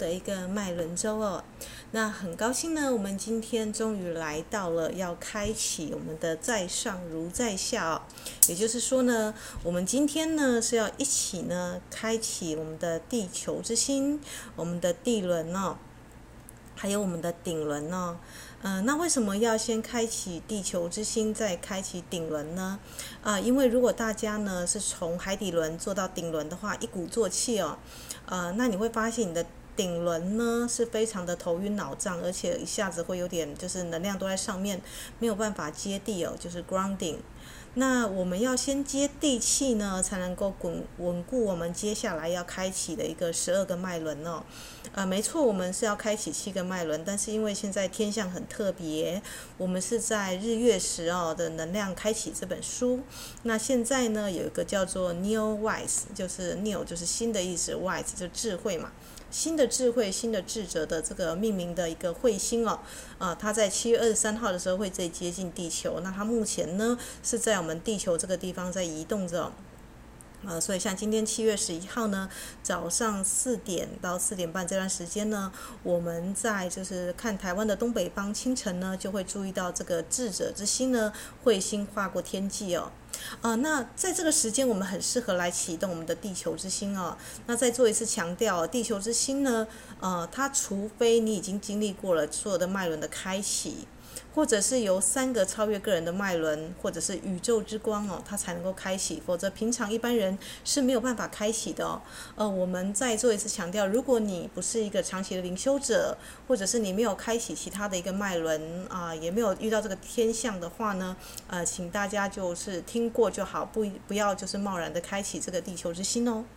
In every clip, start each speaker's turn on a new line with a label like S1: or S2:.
S1: 的一个脉轮周哦。那很高兴呢，我们今天终于来到了要开启我们的在上如在下哦。也就是说呢，我们今天呢是要一起呢开启我们的地球之心，我们的地轮哦，还有我们的顶轮哦。那为什么要先开启地球之心，再开启顶轮呢？因为如果大家呢是从海底轮做到顶轮的话，一鼓作气哦，那你会发现你的顶轮呢是非常的头晕脑胀，而且一下子会有点就是能量都在上面，没有办法接地哦，就是 grounding。那我们要先接地气呢，才能够稳固我们接下来要开启的一个12个脉轮哦。没错，我们是要开启7个脉轮，但是因为现在天象很特别，我们是在日月食的能量开启这本书。那现在呢，有一个叫做 Neo Wise， 就是 Neo 就是新的意思 ，Wise 就智慧嘛。新的智慧、新的智者的这个命名的一个彗星哦，它在7月23号的时候会最接近地球。那它目前呢是在我们地球这个地方在移动着所以像今天7月11号呢，早上4点到4点半这段时间呢，我们在就是看台湾的东北方清晨呢，就会注意到这个智者之星呢，彗星划过天际哦。那在这个时间，我们很适合来启动我们的地球之星哦。那再做一次强调，地球之星呢，它除非你已经经历过了所有的脉轮的开启，或者是由3个超越个人的脉轮，或者是宇宙之光哦，它才能够开启，否则平常一般人是没有办法开启的哦。我们再做一次强调，如果你不是一个长期的灵修者，或者是你没有开启其他的一个脉轮也没有遇到这个天象的话呢，请大家就是听过就好，不要就是贸然的开启这个地球之心哦。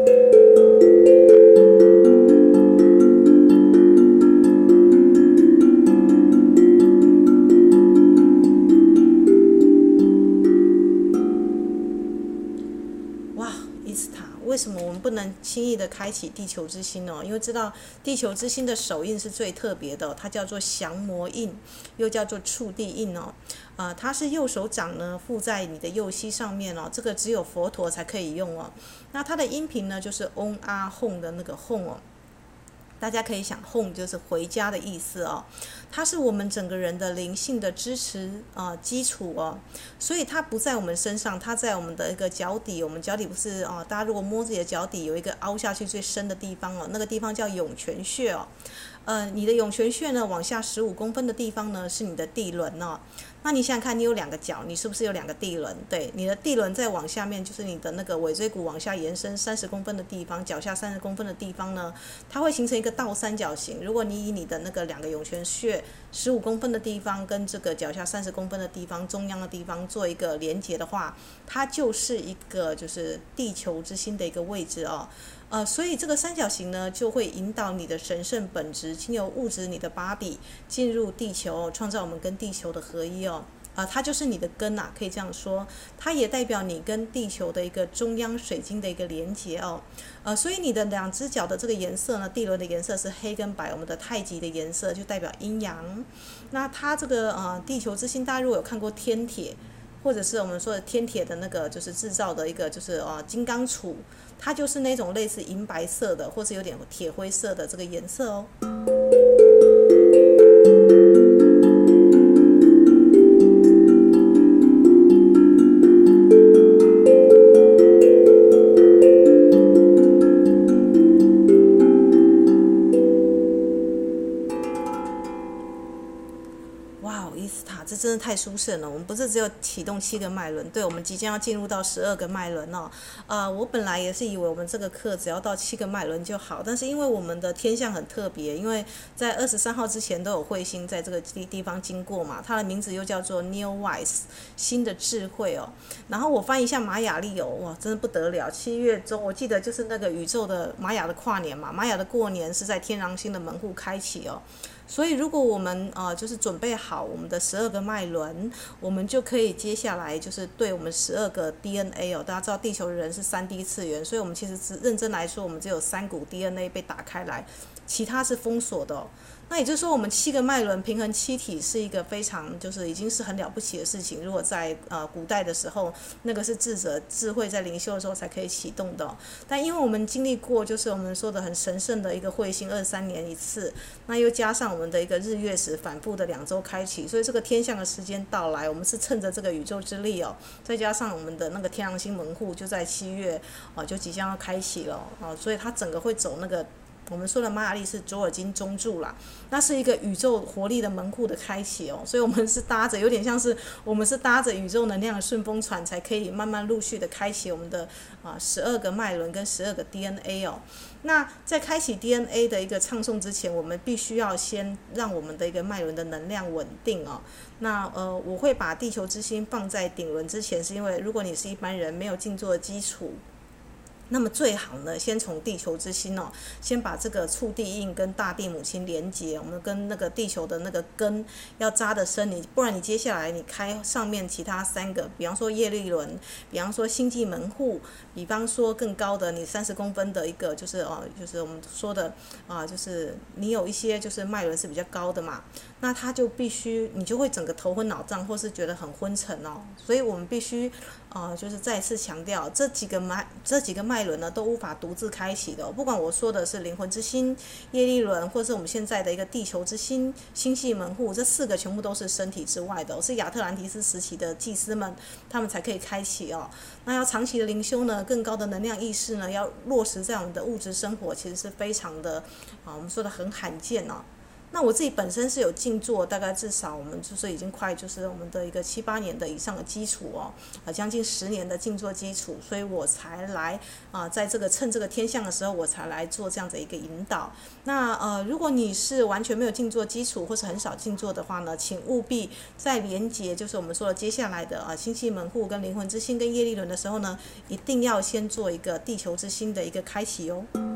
S1: 为什么我们不能轻易的开启地球之心呢？因为知道地球之心的手印是最特别的，它叫做降魔印，又叫做触地印哦。它是右手掌呢附在你的右膝上面哦，这个只有佛陀才可以用哦。那它的音频呢就是嗡啊吽的那个吽哦。大家可以想，home 就是回家的意思哦，它是我们整个人的灵性的支持基础哦，所以它不在我们身上，它在我们的一个脚底，我们脚底不是大家如果摸自己的脚底有一个凹下去最深的地方哦，那个地方叫涌泉穴哦，你的涌泉穴呢往下15公分的地方呢是你的地轮哦。那你想想看，你有2个脚，你是不是有2个地轮？对，你的地轮再往下面就是你的那个尾椎骨往下延伸30公分的地方，脚下30公分的地方呢，它会形成一个倒三角形。如果你以你的那个2个涌泉穴15公分的地方跟这个脚下30公分的地方中央的地方做一个连接的话，它就是一个就是地球之心的一个位置哦。所以这个三角形呢，就会引导你的神圣本质，经由物质你的body进入地球，创造我们跟地球的合一哦。它就是你的根可以这样说，它也代表你跟地球的一个中央水晶的一个连结哦。所以你的2只脚的这个颜色呢，地轮的颜色是黑跟白，我们的太极的颜色就代表阴阳。那它这个地球之心，大家如果有看过天铁，或者是我们说的天铁的那个就是制造的一个就是金刚杵，它就是那种类似银白色的，或是有点铁灰色的这个颜色哦。哇，伊斯塔，这真的太殊胜了！我们不是只有启动7个脉轮，对，我们即将要进入到12个脉轮哦。我本来也是以为我们这个课只要到7个脉轮就好，但是因为我们的天象很特别，因为在23号之前都有彗星在这个地方经过嘛，它的名字又叫做 Neo Wise， 新的智慧哦。然后我翻译一下玛雅历哦，哇，真的不得了！7月中，我记得就是那个宇宙的玛雅的跨年嘛，玛雅的过年是在天狼星的门户开启哦。所以如果我们就是准备好我们的12个脉轮，我们就可以接下来就是对我们12个 DNA 大家知道地球的人是3D 次元，所以我们其实认真来说，我们只有3股 DNA 被打开来，其他是封锁的哦。 那也就是说，我们7个脉轮平衡气体是一个非常已经是很了不起的事情。如果在古代的时候，那个是智者智慧在灵修的时候才可以启动的。但因为我们经历过就是我们说的很神圣的一个彗星23年一次，那又加上我们的一个日月食反复的2周开启，所以这个天象的时间到来，我们是趁着这个宇宙之力再加上我们的那个天狼星门户就在7月就即将要开启了所以它整个会走那个我们说的玛雅历是左耳金中柱啦，那是一个宇宙活力的门户的开启所以我们是搭着有点像是我们是搭着宇宙能量的顺风船，才可以慢慢陆续的开启我们的12个脉轮跟12个 DNA 那在开启 DNA 的一个唱诵之前，我们必须要先让我们的一个脉轮的能量稳定那我会把地球之心放在顶轮之前，是因为如果你是一般人没有静坐的基础，那么最好呢，先从地球之心先把这个触地印跟大地母亲连接，我们跟那个地球的那个根要扎得深，不然你接下来你开上面其他3个，比方说业力轮，比方说星际门户，比方说更高的你30公分的一个就是我们说的就是你有一些就是脉轮是比较高的嘛，那它就必须你就会整个头昏脑胀，或是觉得很昏沉所以我们必须就是再次强调，这几个脉轮呢都无法独自开启的不管我说的是灵魂之心、业力轮，或是我们现在的一个地球之心、星系门户，这4个全部都是身体之外的是亚特兰提斯时期的祭司们他们才可以开启那要长期的灵修呢，更高的能量意识呢，要落实在我们的物质生活，其实是非常的我们说的很罕见那我自己本身是有静坐，大概至少我们就是已经快就是我们的一个7、8年的以上的基础将近10年的静坐基础，所以我才来在这个趁这个天象的时候，我才来做这样的一个引导。那如果你是完全没有静坐基础，或是很少静坐的话呢，请务必在连接就是我们说的接下来的星系门户跟灵魂之心跟业力轮的时候呢，一定要先做一个地球之心的一个开启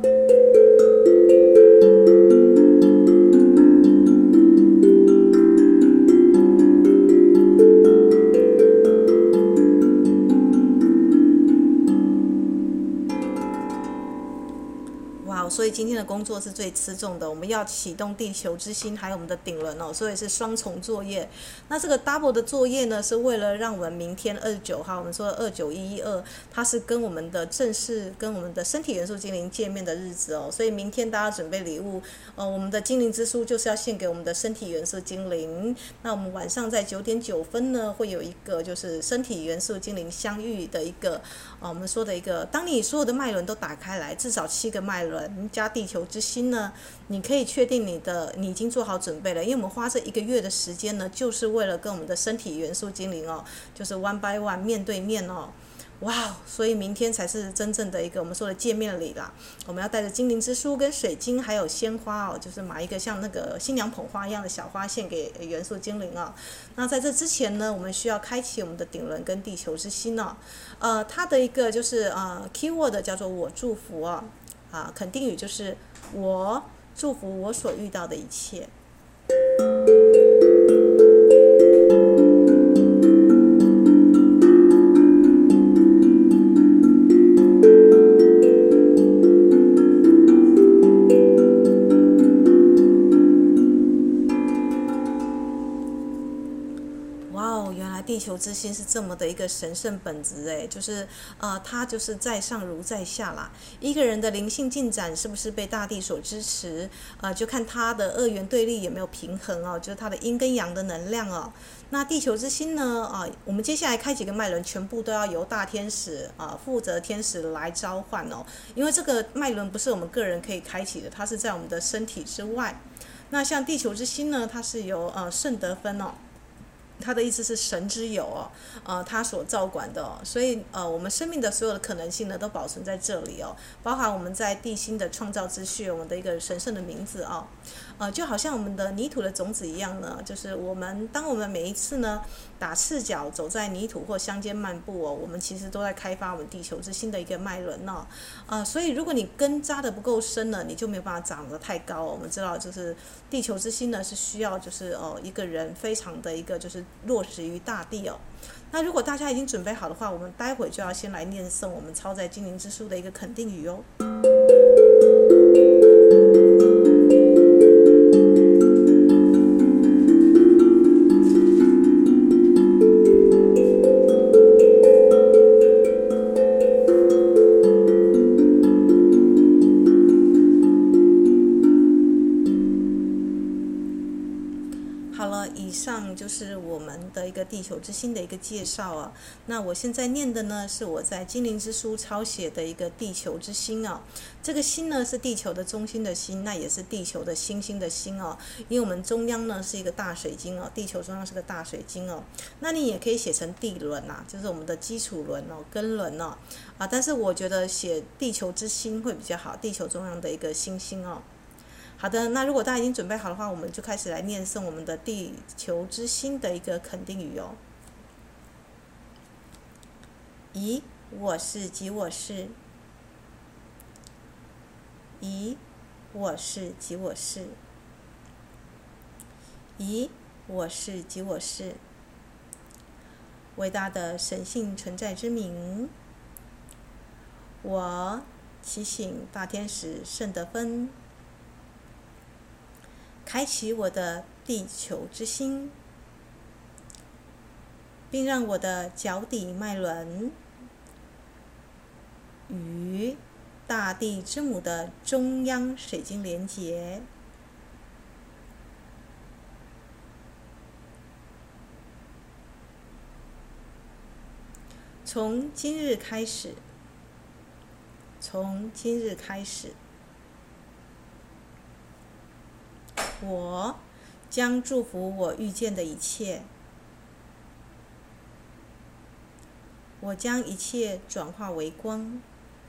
S1: 所以今天的工作是最吃重的，我们要启动地球之心还有我们的顶轮所以是双重作业。那这个 double 的作业呢，是为了让我们明天29号我们说的29112，它是跟我们的正式跟我们的身体元素精灵见面的日子所以明天大家准备礼物我们的精灵之书就是要献给我们的身体元素精灵。那我们晚上在9点9分呢，会有一个就是身体元素精灵相遇的一个我们说的一个，当你所有的脉轮都打开来，至少7个脉轮加地球之心呢，你可以确定你已经做好准备了，因为我们花这1个月的时间呢，就是为了跟我们的身体元素精灵就是 one by one 面对面哇，所以明天才是真正的一个我们说的见面礼啦。我们要带着精灵之书跟水晶还有鲜花就是买一个像那个新娘捧花一样的小花献给元素精灵那在这之前呢，我们需要开启我们的顶轮跟地球之心它的一个就是keyword 叫做我祝福肯定语就是我祝福我所遇到的一切。地球之心是这么的一个神圣本质就是它就是在上如在下啦。一个人的灵性进展是不是被大地所支持就看他的2元对立有没有平衡就是他的阴跟阳的能量那地球之心呢我们接下来开几个脉轮全部都要由大天使负责天使来召唤因为这个脉轮不是我们个人可以开启的，它是在我们的身体之外。那像地球之心呢，它是由圣德芬它的意思是神之友它所照管的所以我们生命的所有的可能性呢都保存在这里包含我们在地心的创造之序，我们的一个神圣的名字就好像我们的泥土的种子一样呢，就是当我们每一次呢打赤脚走在泥土或乡间漫步我们其实都在开发我们地球之心的一个脉轮所以如果你根扎的不够深了，你就没有办法长得太高我们知道就是地球之心呢是需要就是一个人非常的一个就是落实于大地那如果大家已经准备好的话，我们待会就要先来念诵我们超载精灵之书的一个肯定语一个地球之心的一个介绍啊。那我现在念的呢是我在精灵之书抄写的一个地球之心啊。这个心呢是地球的中心的心，那也是地球的星星的星哦。因为我们中央呢是一个大水晶哦，地球中央是个大水晶哦。那你也可以写成地轮啊，就是我们的基础轮哦，根轮哦。但是我觉得写地球之心会比较好，地球中央的一个星星哦。好的，那如果大家已经准备好的话，我们就开始来念诵我们的地球之心的一个肯定语哦。咦，我是即我是。咦，我是即我是。咦，我是即我是。伟大的神性存在之名，我祈请大天使圣德芬，开启我的地球之心，并让我的脚底脉轮与大地之母的中央水晶连结。从今日开始，我将祝福我遇见的一切，我将一切转化为光。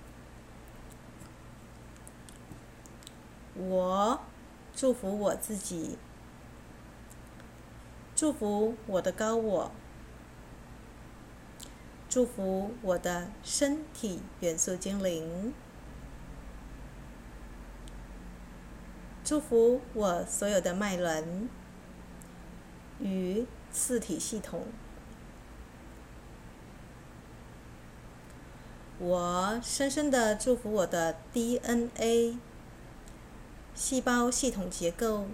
S1: 我祝福我自己，祝福我的高我，祝福我的身体元素精灵，祝福我所有的脉轮与四体系统。我深深地祝福我的 DNA 细胞系统结构。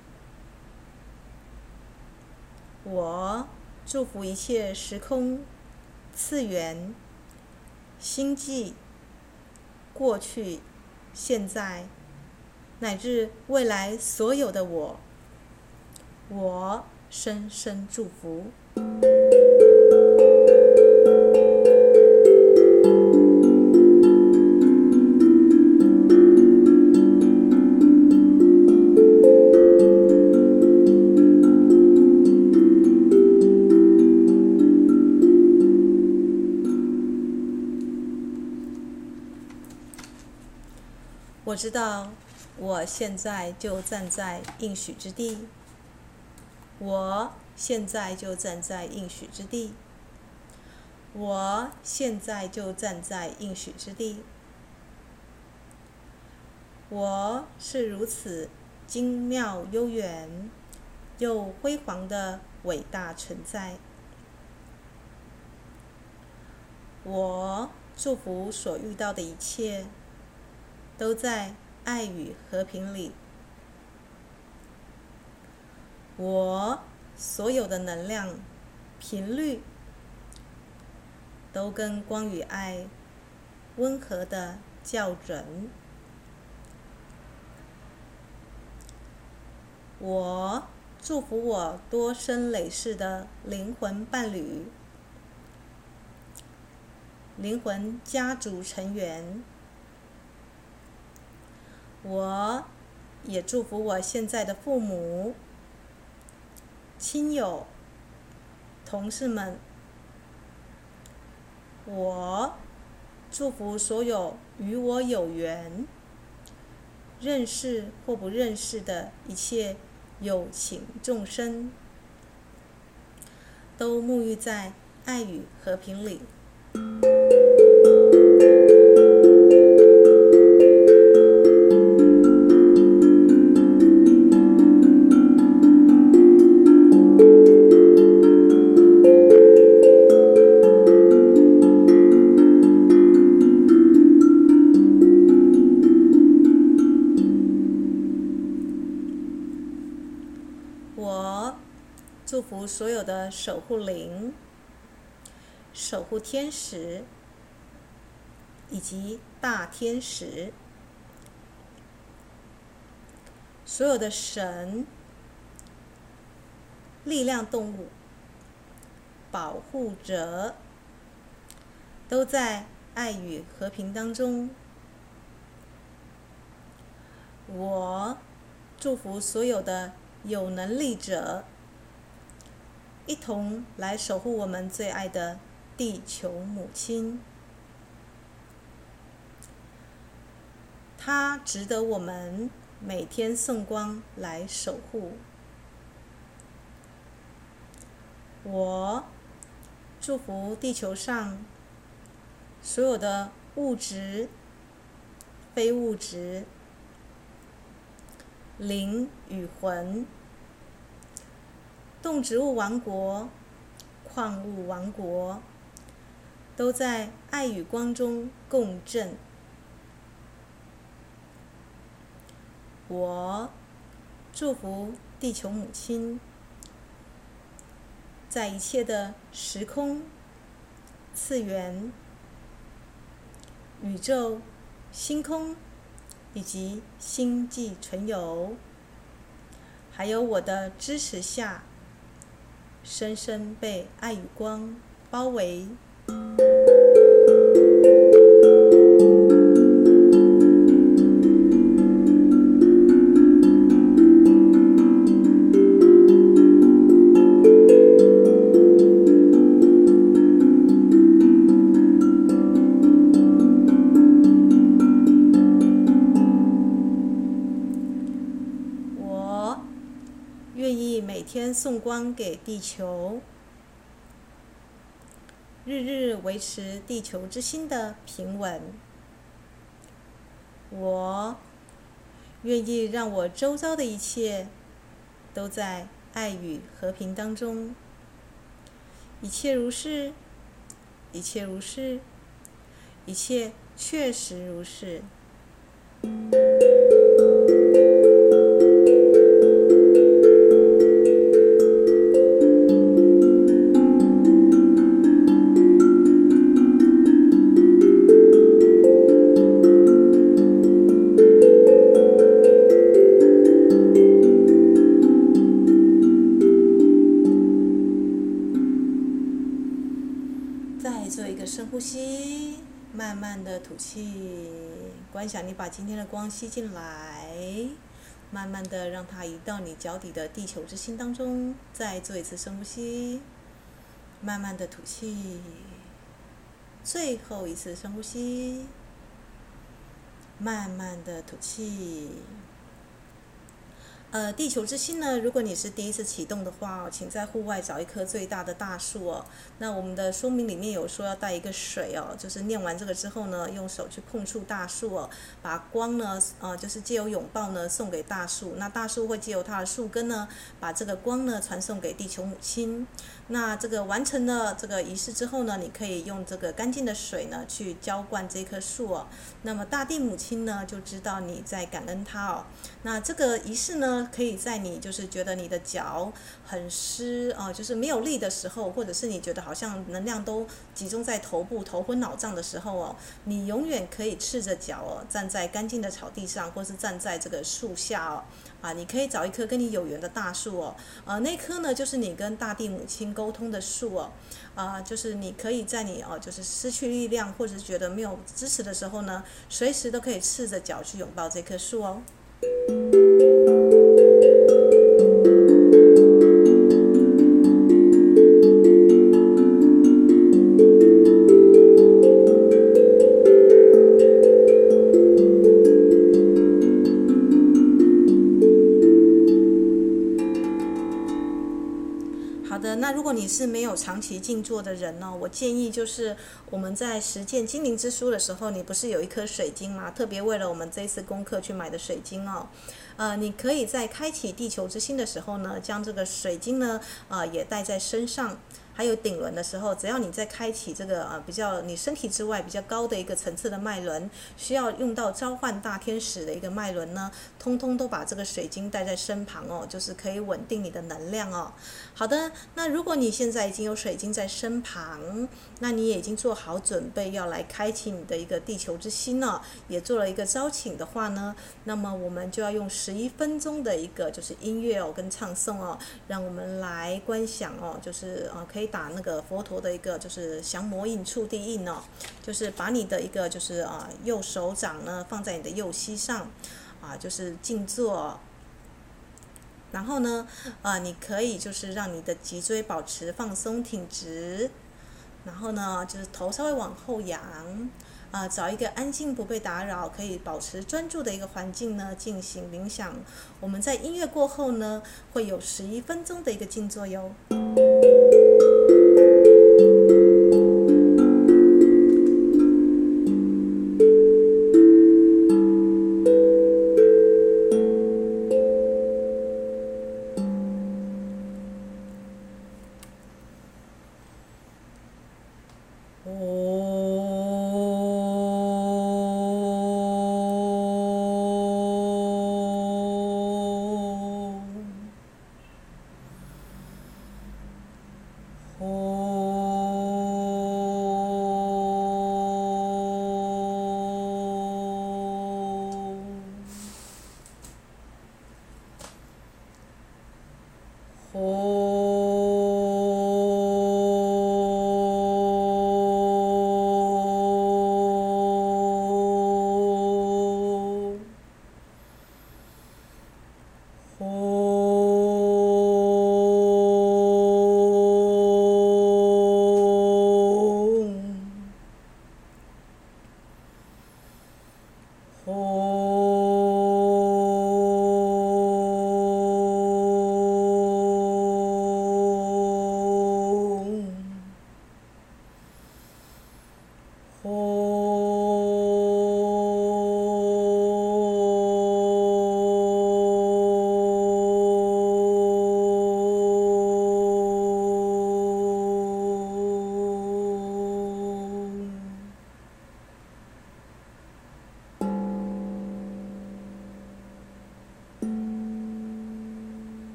S1: 我祝福一切时空、次元、星际、过去、现在乃至未来所有的我，我深深祝福。我知道，我现在就站在应许之地。我现在就站在应许之地。我现在就站在应许之地。我是如此精妙悠远又辉煌的伟大存在。我祝福所遇到的一切都在爱与和平里。我所有的能量频率都跟光与爱温和的校准。我祝福我多生累世的灵魂伴侣、灵魂家族成员。我也祝福我现在的父母、亲友、同事们。我祝福所有与我有缘、认识或不认识的一切有情众生，都沐浴在爱与和平里。我祝福所有的守护灵、守护天使以及大天使，所有的神、力量动物保护者，都在爱与和平当中。我祝福所有的有能力者，一同来守护我们最爱的地球母亲。她值得我们每天送光来守护。我祝福地球上所有的物质、非物质、灵与魂、动植物王国、矿物王国，都在爱与光中共振。我祝福地球母亲，在一切的时空、次元、宇宙、星空以及星际存有，还有我的支持下，深深被爱与光包围。每天送光给地球，日日维持地球之心的平稳。我愿意让我周遭的一切都在爱与和平当中，一切如是，一切如是，一切确实如是。再做一个深呼吸，慢慢的吐气，观想你把今天的光吸进来，慢慢的让它移到你脚底的地球之心当中。再做一次深呼吸，慢慢的吐气，最后一次深呼吸，慢慢的吐气。地球之心呢，如果你是第一次启动的话，请在户外找一棵最大的大树哦。那我们的说明里面有说要带一个水哦，就是念完这个之后呢，用手去碰触大树哦，把光呢，就是借由拥抱呢送给大树。那大树会借由它的树根呢，把这个光呢传送给地球母亲。那这个完成了这个仪式之后呢，你可以用这个干净的水呢去浇灌这棵树哦。那么大地母亲呢就知道你在感恩她哦。那这个仪式呢，可以在你就是觉得你的脚很湿就是没有力的时候，或者是你觉得好像能量都集中在头部、头昏脑胀的时候哦，你永远可以赤着脚哦，站在干净的草地上，或是站在这个树下哦。你可以找一棵跟你有缘的大树哦，那棵呢就是你跟大地母亲沟通的树哦，就是你可以在你就是失去力量或者是觉得没有支持的时候呢，随时都可以赤着脚去拥抱这棵树哦。那如果你是没有长期静坐的人呢，我建议就是我们在实践精灵之书的时候，你不是有一颗水晶吗？特别为了我们这一次功课去买的水晶哦。你可以在开启地球之心的时候呢，将这个水晶呢，也带在身上。还有顶轮的时候，只要你在开启这个比较你身体之外比较高的一个层次的脉轮，需要用到召唤大天使的一个脉轮呢，通通都把这个水晶带在身旁哦，就是可以稳定你的能量哦。好的，那如果你现在已经有水晶在身旁，那你也已经做好准备要来开启你的一个地球之心了，也做了一个招请的话呢，那么我们就要用11分钟的一个就是音乐哦跟唱诵哦，让我们来观想哦，就是可以打那个佛陀的一个就是降魔印、触地印哦，就是把你的一个就是右手掌呢放在你的右膝上，就是静坐。然后呢，你可以就是让你的脊椎保持放松挺直，然后呢，就是头稍微往后仰，找一个安静不被打扰、可以保持专注的一个环境呢，进行冥想。我们在音乐过后呢，会有11分钟的一个静坐哟。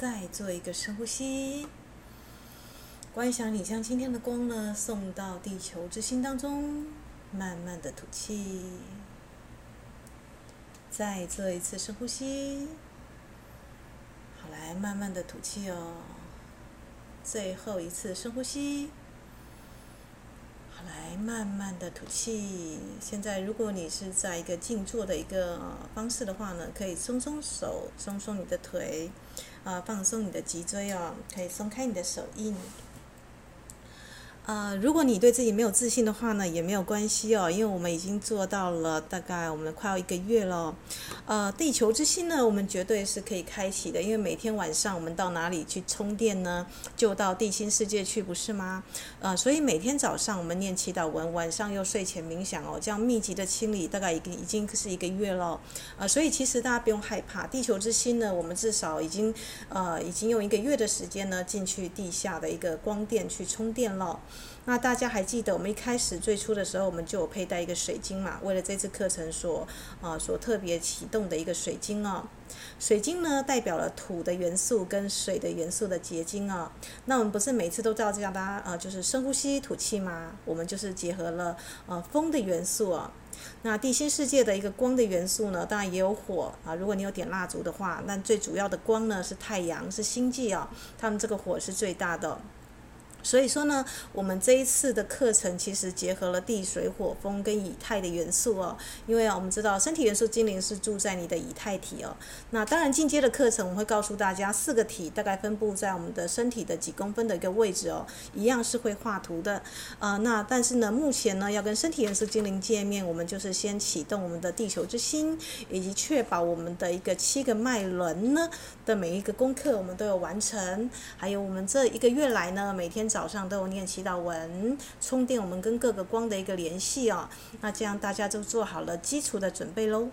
S1: 再做一个深呼吸，观想你将今天的光呢送到地球之心当中，慢慢的吐气。再做一次深呼吸，好，来慢慢的吐气哦。最后一次深呼吸，好，来慢慢的吐气。现在如果你是在一个静坐的一个方式的话呢，可以松松手，松松你的腿，放松你的脊椎哦，可以松开你的手印。如果你对自己没有自信的话呢，也没有关系哦，因为我们已经做到了大概我们快要1个月了。地球之心呢，我们绝对是可以开启的，因为每天晚上我们到哪里去充电呢？就到地心世界去，不是吗？所以每天早上我们念祈祷文，晚上又睡前冥想哦，这样密集的清理，大概已经是1个月了。所以其实大家不用害怕，地球之心呢，我们至少已经用1个月的时间呢，进去地下的一个光电去充电了。那大家还记得我们一开始最初的时候，我们就有佩戴一个水晶嘛？为了这次课程所特别启动的一个水晶哦。水晶呢代表了土的元素跟水的元素的结晶哦。那我们不是每次都叫大家就是深呼吸吐气吗？我们就是结合了风的元素哦。那地心世界的一个光的元素呢，当然也有火啊。如果你有点蜡烛的话，那最主要的光呢是太阳，是星际哦。它们这个火是最大的。所以说呢，我们这一次的课程其实结合了地水火风跟以太的元素哦。因为我们知道身体元素精灵是住在你的以太体哦。那当然进阶的课程我会告诉大家4个体大概分布在我们的身体的几公分的一个位置哦，一样是会画图的。那但是呢，目前呢要跟身体元素精灵见面，我们就是先启动我们的地球之心，以及确保我们的一个7个脉轮呢的每一个功课我们都有完成。还有我们这1个月来呢，每天早上都有念祈祷文，充电我们跟各个光的一个联系哦。那这样大家就做好了基础的准备咯。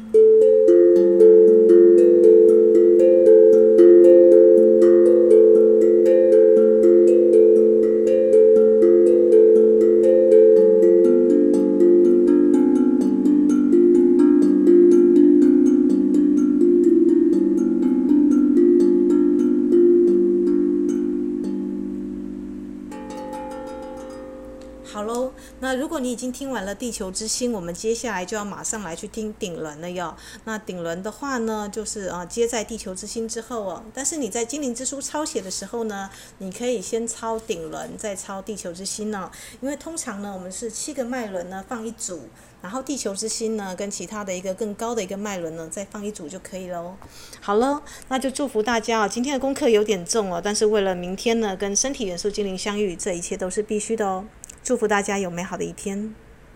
S1: 好咯，那如果你已经听完了地球之心，我们接下来就要马上来去听顶轮了哟。那顶轮的话呢，就是接在地球之心之后哦。但是你在精灵之书抄写的时候呢，你可以先抄顶轮，再抄地球之心哦。因为通常呢，我们是7个脉轮呢放一组，然后地球之心呢跟其他的一个更高的一个脉轮呢再放一组就可以咯。好了，那就祝福大家哦。今天的功课有点重哦，但是为了明天呢跟身体元素精灵相遇，这一切都是必须的哦。祝福大家有美好的一天。